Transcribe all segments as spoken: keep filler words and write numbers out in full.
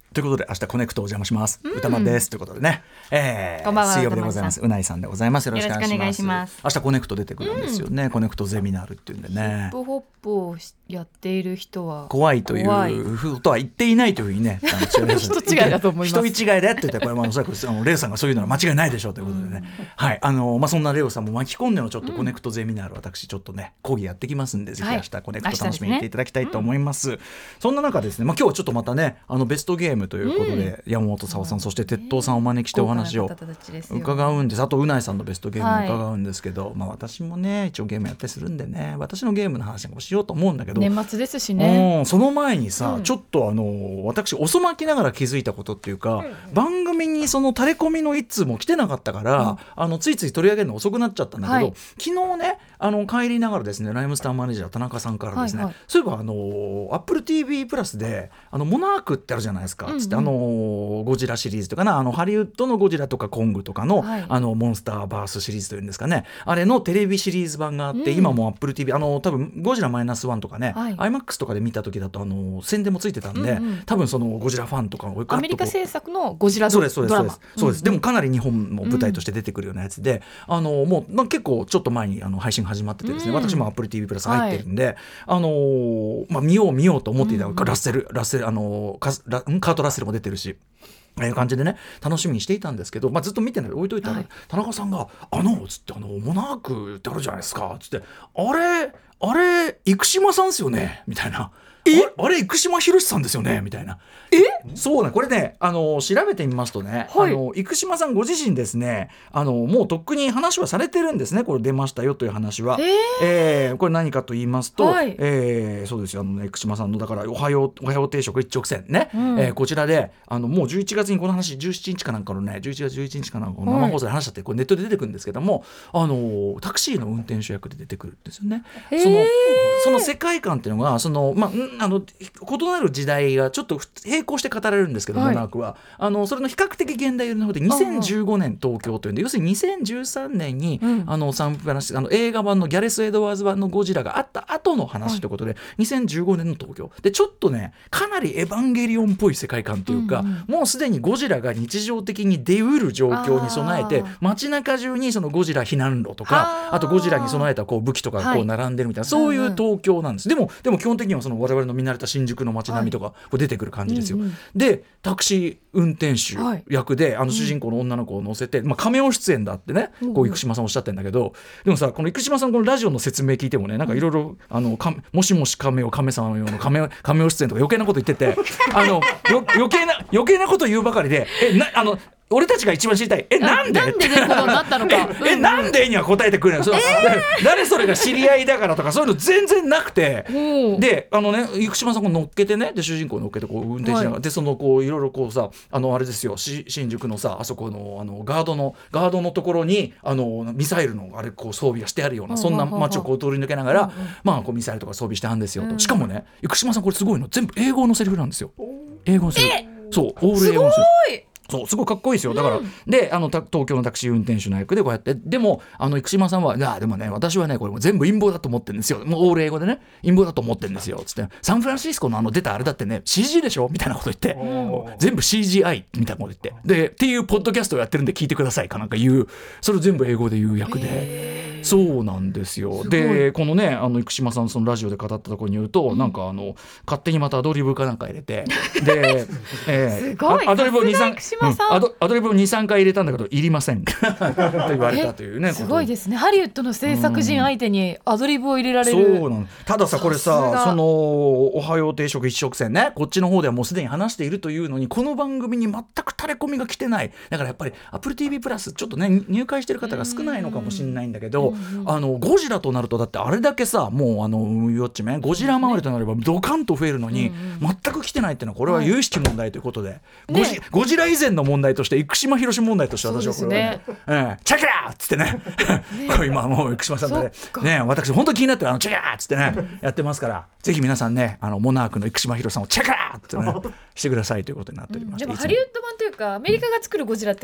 ということで明日コネクトお邪魔します、うん、歌丸ですということでね、えー、 こんばんは。 水曜日でございます。うないさんでございます。よろしくお願いします。 よろしくお願いします。 明日コネクト出てくるんですよね、うん、コネクトゼミナールっていうんでね、 ヒップホップをやっている人は怖いということは言っていないというふうにね人違いだと思います。 人違いだよって言ったらこれはおそらくあのレオさんがそういうのは間違いないでしょうということでね、うん、はい、あのまあ、そんなレオさんも巻き込んでのちょっとコネクトゼミナール、うん、私ちょっとね講義やってきますんで、ぜひ明日コネクト楽しみにしていただきたいと思います、ね、うん、そんな中ですね、まあ、今日はちょっとまたねあのベストゲームということで、うん、山本沙央さん、そして鉄塔さんをお招きしてお話を伺うんです。あとうないさんのベストゲームを伺うんですけど、はい、まあ、私もね一応ゲームやったりするんでね、私のゲームの話もしようと思うんだけど、 年末ですしね、 うん、その前にさ、うん、ちょっとあの私遅まきながら気づいたことっていうか、うん、番組にその垂れ込みの一通も来てなかったから、うん、あのついつい取り上げるの遅くなっちゃったんだけど、はい、昨日ねあの帰りながらですね、ライムスターマネージャー田中さんからですね、はいはい、そういえばあの Apple ティーブイ プラスであのモナークってあるじゃないですか、うんうん、つってあのゴジラシリーズとかな、あのハリウッドのゴジラとかコングとかの、はい、あのモンスターバースシリーズというんですかね、あれのテレビシリーズ版があって、うん、今も Apple ティーブイ あの多分ゴジラマイナスワンとかね、はい、アイマックス とかで見た時だとあの宣伝もついてたんで、うんうん、多分そのゴジラファンとかアメリカ制作のゴジラドラマ、そうですそうです、 そうです、でもかなり日本も舞台として出てくるようなやつで、うん、あのもう、まあ、結構ちょっと前にあの配信始まっててですね、うん、私も Apple ティーブイ プラス入ってるんで、はい、あのーまあ、見よう見ようと思っていた、うんうん、ラッセルラッセルあのー、カ, ラカートラッセルも出てるし、ああいう感じでね楽しみにしていたんですけど、まあ、ずっと見てないで置いといたら、はい、田中さんがあのつってあのモナークってあるじゃないですかつって、あれあれ生島さんですよねみたいな、え あ, あれ生島博さんですよねみたいな、えそうね、これねあの調べてみますとね、はい、あの生島さんご自身ですね、あのもうとっくに話はされてるんですね、これ出ましたよという話は、えー、これ何かと言いますと、はい、えー、そうですよ、あの、ね、生島さんのだからおはようおはよう定食一直線ね、うん、えー、こちらであのもうじゅういちがつにこの話じゅうしちにちかなんかのねじゅういちがつじゅういちにちかなんかの生放送で話したって、これネットで出てくるんですけども、あのタクシーの運転手役で出てくるんですよね。そのその世界観っていうのがその、まあ、あの異なる時代がちょっと並行して語られるんですけど、はい、モナークはあのそれの比較的現代寄りの方でにせんじゅうごねん東京というんで、要するににせんじゅうさんねんに、うん、あのサンフランシスコあの映画版のギャレス・エドワーズ版のゴジラがあった後の話ということで、はい、にせんじゅうごねんの東京でちょっとねかなりエヴァンゲリオンっぽい世界観というか、うんうん、もうすでにゴジラが日常的に出うる状況に備えて街中中にそのゴジラ避難路とか あ, あとゴジラに備えたこう武器とかがこう並んでるみたいな、はい、そういう東京なんです、うんうん、でもでも基本的にはその我々の見慣れた新宿の街並みとか、はい、こう出てくる感じですよ、うんうん、でタクシー運転手役で、はい、あの主人公の女の子を乗せて、まあ、カメオ出演だってね、こう生島さんおっしゃってるんだけど、でもさこの生島さんこのラジオの説明聞いてもね、なんかいろいろもしもしカメオカメさんのようなカメオ、カメオ出演とか余計なこと言っててあのよ余計な余計なこと言うばかりで、えなあの俺たちが一番知りたい、えなんでなんでねことになったのかえ、えなんでには答えてくれない、その、えー、誰それが知り合いだからとかそういうの全然なくて、であのね生島さんを乗っけてね、で主人公を乗っけてこう運転しながら、はい、でそのこういろいろこうさあのあれですよ、新宿のさあそこのあのガードのガードのところにあのミサイルのあれこう装備がしてあるような、そんな街をこう通り抜けながら、うんうん、まあこうミサイルとか装備してあるんですよと、うん、しかもね生島さんこれすごいの全部英語のセリフなんですよ、英語のセリフ、そうオール英語のセリフ、そうすごいかっこいいですよ。だから、うん、であの東京のタクシー運転手の役でこうやって、でもあの生島さんはいやでもね私はねこれも全部陰謀だと思ってるんですよ、もうオール英語でね陰謀だと思ってるんですよつって、サンフランシスコのあの出たあれだってね シージー でしょみたいなこと言って、全部 シージーアイ みたいなこと言って、でっていうポッドキャストをやってるんで聞いてくださいかなんか言う、それを全部英語で言う役で、そうなんですよ。でこのねあの生島さんそのラジオで語ったところに言うと、うん、なんかあの勝手にまたアドリブかなんか入れてで、えー、すごいアドリブをにさん、うん、アドアドリブをにさんかい入れたんだけどいりませんと言われたというねすごいですね、ハリウッドの制作人相手にアドリブを入れられる、 そうなんたださこれさそのおはよう定食一直線ねこっちの方ではもうすでに話しているというのにこの番組に全く垂れ込みが来てない、だからやっぱり Apple ティーブイ プラスちょっとね入会してる方が少ないのかもしれないんだけど、あのゴジラとなるとだってあれだけさもうあのウォッチメンゴジラ周りとなればドカンと増えるのに、うんうん、全く来てないっていうのはこれは有識問題ということで、はいゴジ、ね、ゴジラ以前の問題として生島博問題として私はこれは、ねえー、チャキラーっつってねこれ今もう生島さんでね私本当に気になってあのチャキラーっつってねやってますからぜひ皆さんねあのモナークの生島博さんをチャキラーってねしてくださいということになっておりまして、 うん、でもハリウッド版というかアメリカが作るゴジラって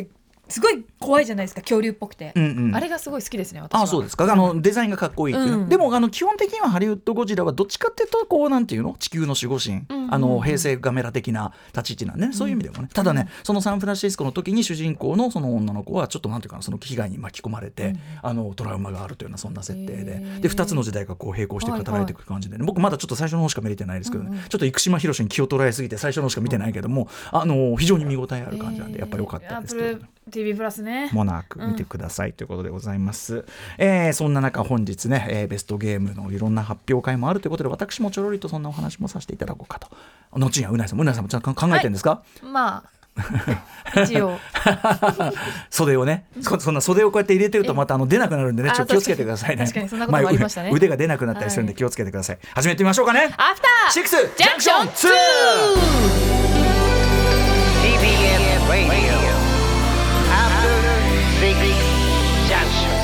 すごい怖いじゃないですか、恐竜っぽくて、うんうん、あれがすごい好きですね私は。 あ、そうですか。あのデザインがかっこいいっていう、うん、でもあの基本的にはハリウッドゴジラはどっちかっていうとこうなんていうの、地球の守護神、うんうんうん、あの平成ガメラ的な立ち位置なんで、ね、そういう意味でもね、うん、ただねそのサンフランシスコの時に主人公のその女の子はちょっとなんていうかな、その被害に巻き込まれて、うん、あのトラウマがあるというようなそんな設定で、でふたつの時代がこう並行して語られていく感じで、ね、はいはい、僕まだちょっと最初の方しか見れてないですけどね、うんうん、ちょっと生島博士に気を取られすぎて最初の方しか見てないけども、あの非常に見応えある感じなんでやっぱり良かったですけど、ね、 ティービー プラスね、 モナーク見てください、うん、ということでございます、えー、そんな中本日ね、えー、ベストゲームのいろんな発表会もあるということで、私もちょろりとそんなお話もさせていただこうかと。後にはうないさんもうないさんもちゃんと考えてるんですか？ はい、まあ一応袖をね、そ, そんな袖をこうやって入れてるとまたあの出なくなるんでね、ちょっと気をつけてくださいね。 確かにそんなこともありましたね、 まあ、腕が出なくなったりするんで気をつけてください、はい、始めてみましょうかね。 アフターシックスジャンクションツーティービーエス Radio After Six Junction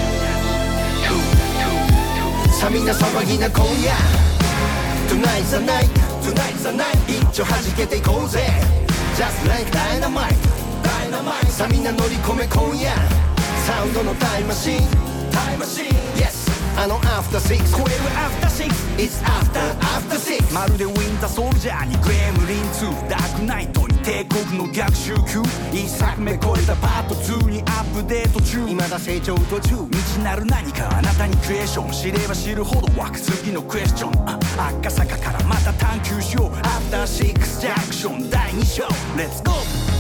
さあみんな騒ぎな今夜 Tonight's the night Tonight's the night 一丁弾けていこうぜ Just like dynamite Dynamite さあみんな乗り込め今夜サウンドのタイムマシンタイムマシン Yes あの After Six 超える After Six It's After After Six まるでウィンターソルジャーにグレムリンツーダークナイトに帝国の逆襲級一作目超えたパートツーにアップデート中未だ成長途中未知なる何かあなたにクエスチョン知れば知るほど湧く次のクエスチョン赤坂からまた探求しよう After Six Junction だいに章 Let's go。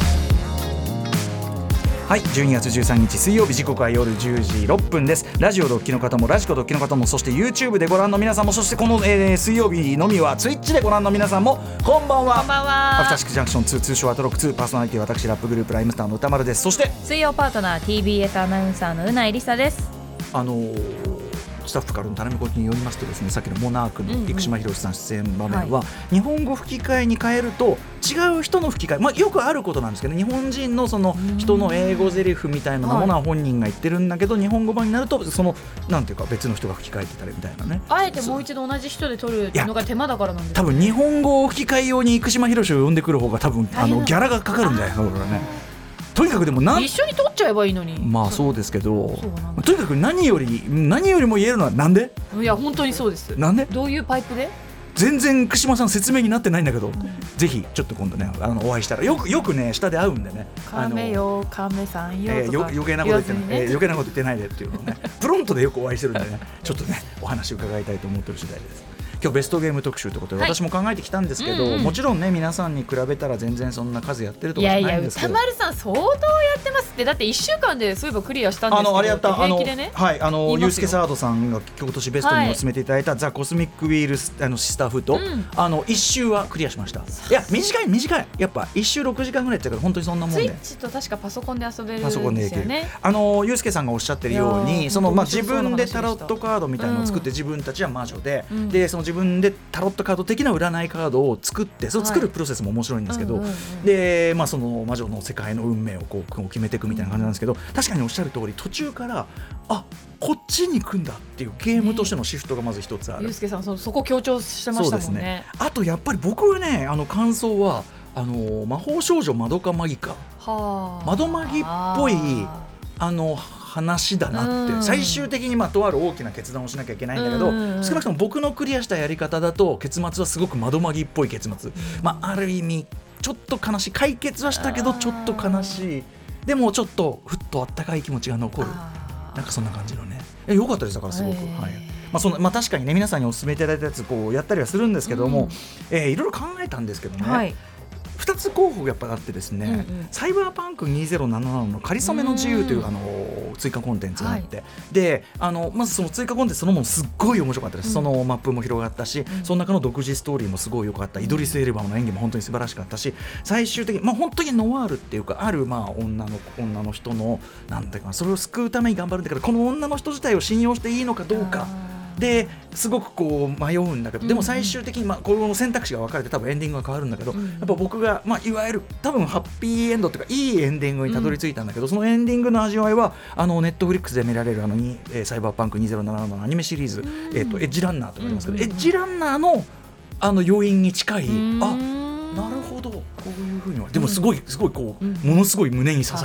はい、じゅうにがつじゅうさんにち水曜日、時刻は夜じゅうじろっぷんです。ラジオドッキの方もラジコドッキの方も、そして YouTube でご覧の皆さんも、そしてこの、えー、水曜日のみは Twitch でご覧の皆さんもこんばんは。 こんばんは。 アフターシックスジャンクションツー通称アトロックツー、パーソナリティ私ラップグループライムスターの歌丸です。そして水曜パートナー ティービーエス アナウンサーのうないりさです。 あのースタッフからの頼み事によりますとですね、さっきのモナークの生島博さん出演場面は、うんうん、日本語吹き替えに変えると違う人の吹き替え、まあ、よくあることなんですけど、ね、日本人のその人の英語台詞みたいなものは本人が言ってるんだけど、はい、日本語版になるとそのなんていうか別の人が吹き替えてたりみたいなね。 あえてもう一度同じ人で撮るのが手間だからなんですか、ね、 多分日本語を吹き替え用に生島博を呼んでくる方が多分あのギャラがかかるんだよね。とにかくでもなん一緒に撮っちゃえばいいのに。 まあそうですけど、とにかく何より何よりも言えるのはなんで。 いや本当にそうです。 なんで。 どういうパイプで。 全然串間さん説明になってないんだけど、うん、ぜひちょっと今度ねあのお会いしたらよくよくね下で会うんでね、 カメよカメさんよとか、えー、よ余計なこと言ってない、ねえー、余計なこと言ってないでっていうのをねプロントでよくお会いしてるんでねちょっとねお話伺いたいと思ってる次第です。今日ベストゲーム特集ということで、はい、私も考えてきたんですけど、うんうん、もちろんね皆さんに比べたら全然そんな数やってるとかじゃないんですけど、 いやいや歌丸さん相当やってますって。だっていっしゅうかんでそういえばクリアしたんですけど、 あのあれやった平気でね、 あのはいあのユースケサードさんが今年ベストに進めていただいた、はい、ザ・コスミック・ウィールスあのシスターフット、うん、あのいっ周はクリアしました。いや短い短いやっぱいっ周ろくじかんぐらいってから本当にそんなもんで、 スイッチと確かパソコンで遊べるんですよね。パソコンでできる。 あのユースケさんがおっしゃってるようにその、まあ、自分でタロットカードみたいなのを作って、うん、自分たちは魔女で、うん、でその自分でタロットカード的な占いカードを作って、その作るプロセスも面白いんですけど、はい、うんうんうん、で、まあ、その魔女の世界の運命をこう決めていくみたいな感じなんですけど、確かにおっしゃる通り途中からあこっちに行くんだっていうゲームとしてのシフトがまず一つある。 ゆうすけさん そ, そこ強調してましたもんね。そうですね。 あとやっぱり僕はねあの感想はあの魔法少女マドカマギカ、はあ、マドマギっぽいあの話だなって、うん、最終的にまあとある大きな決断をしなきゃいけないんだけど、うん、少なくとも僕のクリアしたやり方だと結末はすごく窓マギっぽい結末、うん、まあ、ある意味ちょっと悲しい、解決はしたけどちょっと悲しい、でもちょっとふっとあったかい気持ちが残る、なんかそんな感じのね、え良かったです。だからすごく、はい、まあそのまあ、確かにね皆さんにお勧めいただいたやつこうやったりはするんですけども、うん、えー、いろいろ考えたんですけどね、はい、ふたつ候補がやっぱあってですね、うんうん、サイバーパンクにせんななじゅうななのかりそめの自由という、うん、あの追加コンテンツがあって、はい、であのまずその追加コンテンツそのものすっごい面白かったです、うん、そのマップも広がったし、うん、その中の独自ストーリーもすごい良かった、うん、イドリス・エルバの演技も本当に素晴らしかったし、最終的に、まあ、本当にノワールっていうかあるまあ女の女の人のなんていうかそれを救うために頑張るんだけど、この女の人自体を信用していいのかどうかですごくこう迷うんだけど、でも最終的にまあこの選択肢が分かれて多分エンディングが変わるんだけど、やっぱ僕がまあいわゆる多分ハッピーエンドというかいいエンディングにたどり着いたんだけど、そのエンディングの味わいはあのネットフリックスで見られるあのにサイバーパンクにせんななじゅうななのアニメシリーズ、えっとエッジランナーと言いますけど、エッジランナーのあの余韻に近い、あなるほどこういう風にはでもすごいすごいこうものすごい胸に刺さる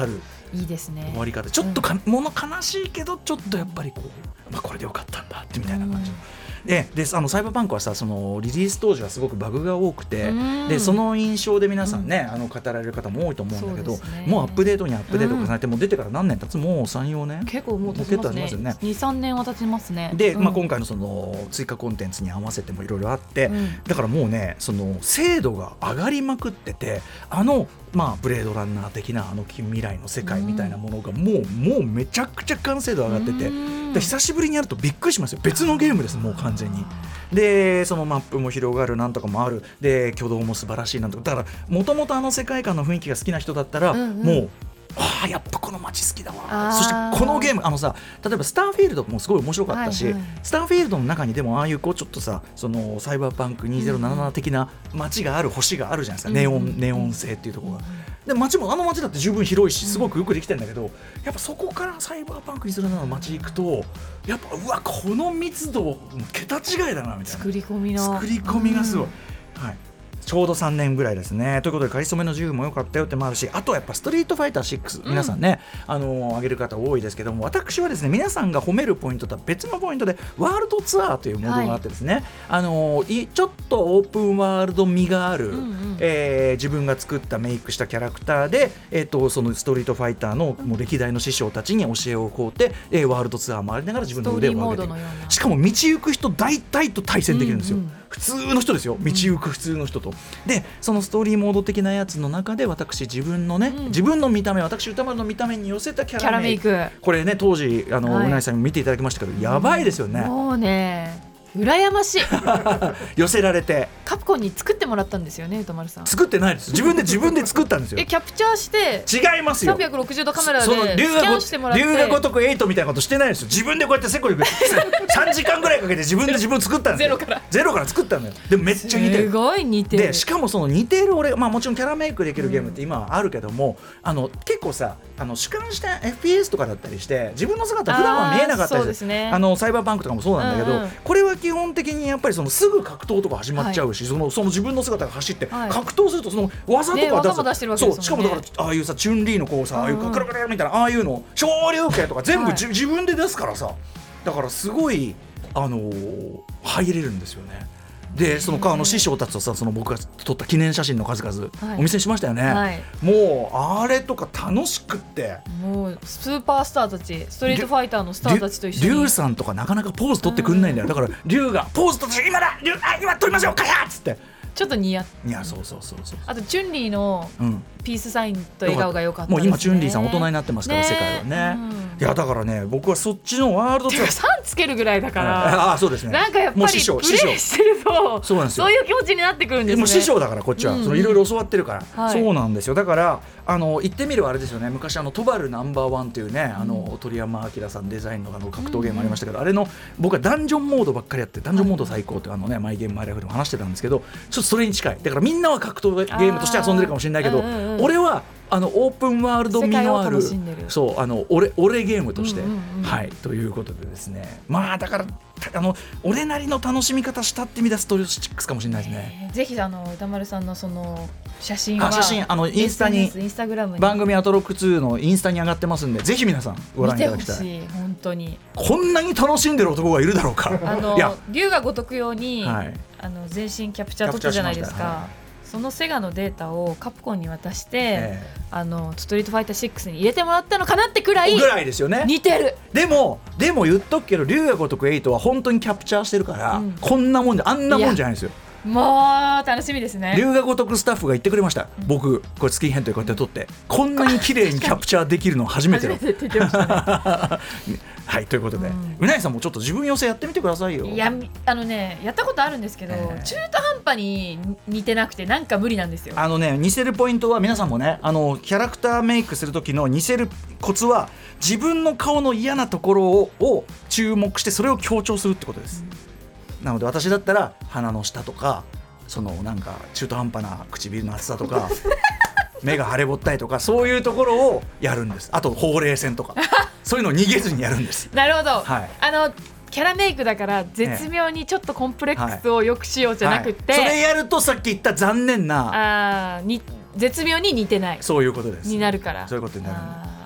いいですね。 終わり方ちょっとか、うん、もの悲しいけどちょっとやっぱりこう、まあ、これでよかったんだってみたいな感じ、うんでであのサイバーパンクはさそのリリース当時はすごくバグが多くて、でその印象で皆さんね、うん、あの語られる方も多いと思うんだけど、ね、もうアップデートにアップデート重ねて、うん、もう出てから何年経つもう さん,よ 年結構もう経ちますね。ますよね に,さん 年は経ちますね。 で、 うんまあ、今回のその追加コンテンツに合わせてもいろいろあって、うん、だからもうねその精度が上がりまくっててあのまあ、ブレードランナー的なあの近未来の世界みたいなものがもう、うん、もうめちゃくちゃ完成度上がってて、うん、で久しぶりにやるとびっくりしますよ。別のゲームですもう完全に。でそのマップも広がるなんとかもあるで挙動も素晴らしいなんとかだからもともとあの世界観の雰囲気が好きな人だったら、うんうん、もうあやっぱこの街好きだわ。そしてこのゲームあのさ例えばスターフィールドもすごい面白かったし、はいはい、スターフィールドの中にでもああいうこうちょっとさそのサイバーパンクにせんななじゅうなな的な街がある星があるじゃないですか、うん、ネオンネオン性っていうところが、で街もあの街だって十分広いしすごくよくできてるんだけど、やっぱそこからサイバーパンクにせんななじゅうななの街行くとやっぱうわこの密度桁違いだなみたいな作り込みの作り込みがすごい、うんはいちょうどさんねんぐらいですね。ということでかりそめの銃も良かったよってもあるし、あとはやっぱストリートファイターシックス、うん、皆さんねあの上げる方多いですけども、私はですね皆さんが褒めるポイントとは別のポイントでワールドツアーというモードがあってですね、はい、あのちょっとオープンワールド味がある、うんうんえー、自分が作ったメイクしたキャラクターで、えー、とそのストリートファイターのもう歴代の師匠たちに教えを請うて、えー、ワールドツアー回りながら自分の腕を上げていく。しかも道行く人大体と対戦できるんですよ、うんうん、普通の人ですよ。道行く普通の人と、うん、でそのストーリーモード的なやつの中で私自分のね、うん、自分の見た目私歌丸の見た目に寄せたキャラメイク、キャラメイクこれね当時あの、はい、うなぎさんにも見ていただきましたけど、やばいですよね。 もうね羨ましい寄せられてカプコンに作ってもらったんですよね歌丸さん。 作ってないです。自分で自分で作ったんですよ。 えキャプチャーして違いますよ。 さんびゃくろくじゅうどカメラでスキャンしてもらって龍が如くエイトみたいなことしてないですよ。自分でこうやってせこいさんじかんぐらいかけて自分で自分作ったんですよ。ゼロからゼロから作ったのよ。でもめっちゃ似てる。 すごい似てる。 でしかもその似てる俺、まあ、もちろんキャラメイクできるゲームって今はあるけども、うん、あの結構さあの主観した エフピーエス とかだったりして自分の姿普段は見えなかったりですね。あのサイバーパンクとかもそうなんだけど、うんうん、これは基本的にやっぱりそのすぐ格闘とか始まっちゃうし、はい、そのその自分の姿が走って、はい、格闘するとその技とか出す、ね、 技も出してるわけですもんね。そうしかもだからああいうさチュンリーのこうさああいうカクラクラみたいなああいうの昇竜拳とか全部、はい、自分で出すからさ、だからすごいあのー、入れるんですよね。でそのあの師匠たちとさその僕が撮った記念写真の数々、はい、お見せしましたよね、はい、もうあれとか楽しくってもうスーパースターたちストリートファイターのスターたちと一緒にリュウさんとかなかなかポーズ取ってくんないんだよ。だからリュウがポーズ取って今だリュウあ今撮りましょうかやっつってちょっと似合って、 いやそうそうそうそう。あとチュンリーのピースサインと笑顔が良かったですね。 もう今チュンリーさん大人になってますから、ね、世界はね、うん、いやだからね僕はそっちのワールドツアーさんつけるぐらいだから、 うん、ああそうですね。 なんかやっぱりプレイしてるとそうなんですよ。そういう気持ちになってくるんですね。 もう師匠だからこっちは、うん、そのいろいろ教わってるから、はい、そうなんですよ。だからあの言ってみればあれですよね。昔あのトバルナンバーワンというね、あの鳥山明さんデザインのあの格闘ゲームありましたけど、うん、あれの僕はダンジョンモードばっかりやってダンジョンモード最高ってあのねマイゲームマイライフでも話してたんですけど、ちょっとそれに近い。だからみんなは格闘ゲームとして遊んでるかもしれないけど、うんうんうん、俺はあのオープンワールド味のあるそうあの俺俺ゲームとして、うんうんうん、はいということでですね、まあだからあの俺なりの楽しみ方したって意味でストリートシックスかもしれないですね。 えー、ぜひあの歌丸さんのその写真はあ写真あのインスタにインスタグラムに番組アトロックツーのインスタに上がってますんでぜひ皆さんご覧いただきたい。 見てほしい本当に。 こんなに楽しんでる男がいるだろうか。 あの龍が如くように、はい、あの全身キャプチャー撮ったじゃないですか。そのセガのデータをカプコンに渡して、えー、あのストリートファイターシックスに入れてもらったのかなってくらいぐらいですよね。 似てる。 でもでも言っとくけど龍が如くエイトは本当にキャプチャーしてるから、うん、こんなもんじゃあんなもんじゃないんですよ。 もう楽しみですね。 龍が如くスタッフが言ってくれました、うん、僕これスキンヘッドでこうやって撮ってこんなに綺麗にキャプチャーできるの初めての初めてって言ってましたねはいということで、うん、うなぎさんもちょっと自分寄せやってみてくださいよ。 いやあのねやったことあるんですけど、えー、中途半端に似てなくてなんか無理なんですよ。 あのね似せるポイントは皆さんもねあのキャラクターメイクする時の似せるコツは自分の顔の嫌なところ を, を注目してそれを強調するってことです、うん、なので私だったら鼻の下とかそのなんか中途半端な唇の厚さとか目が腫れぼったいとかそういうところをやるんです。あとほうれい線とかそういうのを逃げずにやるんですなるほど、 はい、 あのキャラメイクだから絶妙にちょっとコンプレックスを良くしようじゃなくて、 はいはい、それやるとさっき言った残念なあに絶妙に似てないそういうことですになるからそういうことになる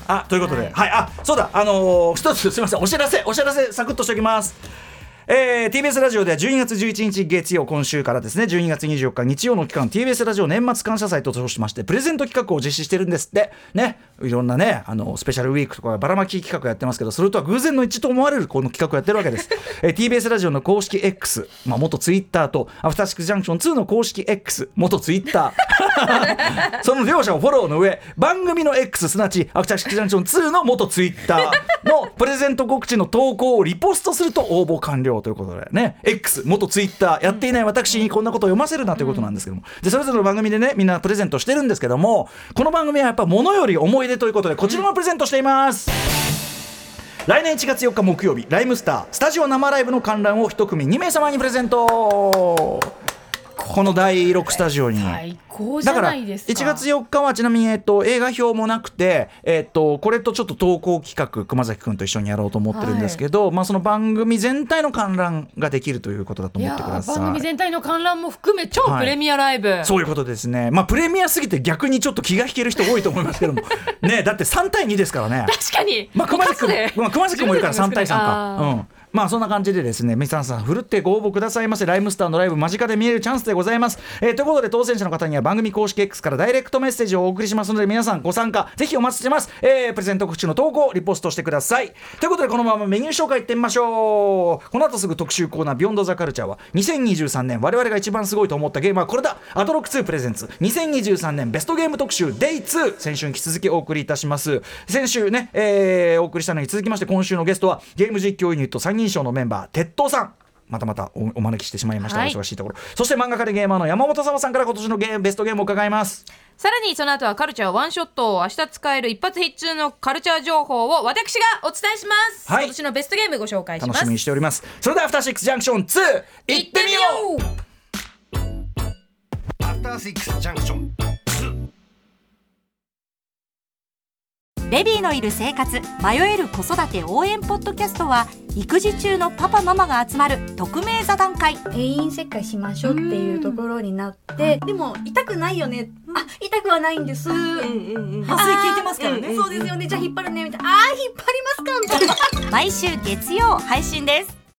あということで、はい、はい、あそうだ、あのー、一つすみません、お知らせお知らせサクッとしておきます。えー、ティービーエス ラジオではじゅうにがつじゅういちにち月曜、今週からですねじゅうにがつにじゅうよっか日曜の期間 ティービーエス ラジオ年末感謝祭と称しましてプレゼント企画を実施してるんですってね。いろんなねあのスペシャルウィークとかばらまき企画やってますけど、それとは偶然の一致と思われるこの企画をやってるわけです、えー、ティービーエス ラジオの公式 X、まあ、元ツイッターとアフターシックスジャンクションツーの公式 X 元ツイッターその両者をフォローの上、番組の X すなわちアフターシックスジャンクションツーの元ツイッターのプレゼント告知の投稿をリポストすると応募完了ということでね、X 元ツイッターやっていない私にこんなことを読ませるなということなんですけども、でそれぞれの番組でねみんなプレゼントしてるんですけども、この番組はやっぱ物より思い出ということでこちらもプレゼントしています、うん、来年いちがつよっか木曜日ライムスタースタジオ生ライブの観覧を一組にめいさまにプレゼント。このだいろくスタジオに最高じゃないですか。 だからいちがつよっかはちなみに、えっと、映画表もなくて、えっと、これとちょっと投稿企画熊崎くんと一緒にやろうと思ってるんですけど、はい、まあ、その番組全体の観覧ができるということだと思ってください。 いや番組全体の観覧も含め超プレミアライブ、はい、 そういうことですね。まあプレミアすぎて逆にちょっと気が引ける人多いと思いますけどもね、だってさんたいにですからね。 確かに、 まあ、熊崎くん、まあ、熊崎くんもいるからさんたいさんか、うん、まあそんな感じでですね、皆さんさんふるってご応募くださいませ。ライムスターのライブ間近で見えるチャンスでございます、えー、ということで当選者の方には番組公式 X からダイレクトメッセージをお送りしますので、皆さんご参加ぜひお待ちしてます、えー、プレゼント告知の投稿リポストしてください。ということでこのままメニュー紹介いってみましょう。この後すぐ特集コーナービヨンドザカルチャーはにせんにじゅうさんねん我々が一番すごいと思ったゲームはこれだ、アトロックツープレゼンツにせんにじゅうさんねんベストゲーム特集 デイツー、 先週に引き続きお送りいたします。先週ね、えー、お送りしたのに続きまして今週のゲストはゲーム実況ユニット三人称のメンバー鉄塔さん、またまた お, お招きしてしまいました、はい、お忙しいところ。そして漫画家でゲーマーの山本沙帆さんから今年のゲームベストゲームを伺います。 さらにその後はカルチャーワンショット、明日使える一発必中のカルチャー情報を私がお伝えします、はい、今年のベストゲームご紹介します。 楽しみにしております。それではアフターシックスジャンクションツー行ってみよう。 アフターシックスジャンクションベビーのいる生活、迷える子育て応援ポッドキャストは育児中のパパママが集まる匿名座談会。 定員切開しましょうっていうところになって、でも痛くないよね、あ、痛くはないんです、うんうんうん、 麻酔効いてますからね、 うん、そうですよね、じゃあ引っ張るねみたいな、あー引っ張りますかみたいな毎週月曜配信です。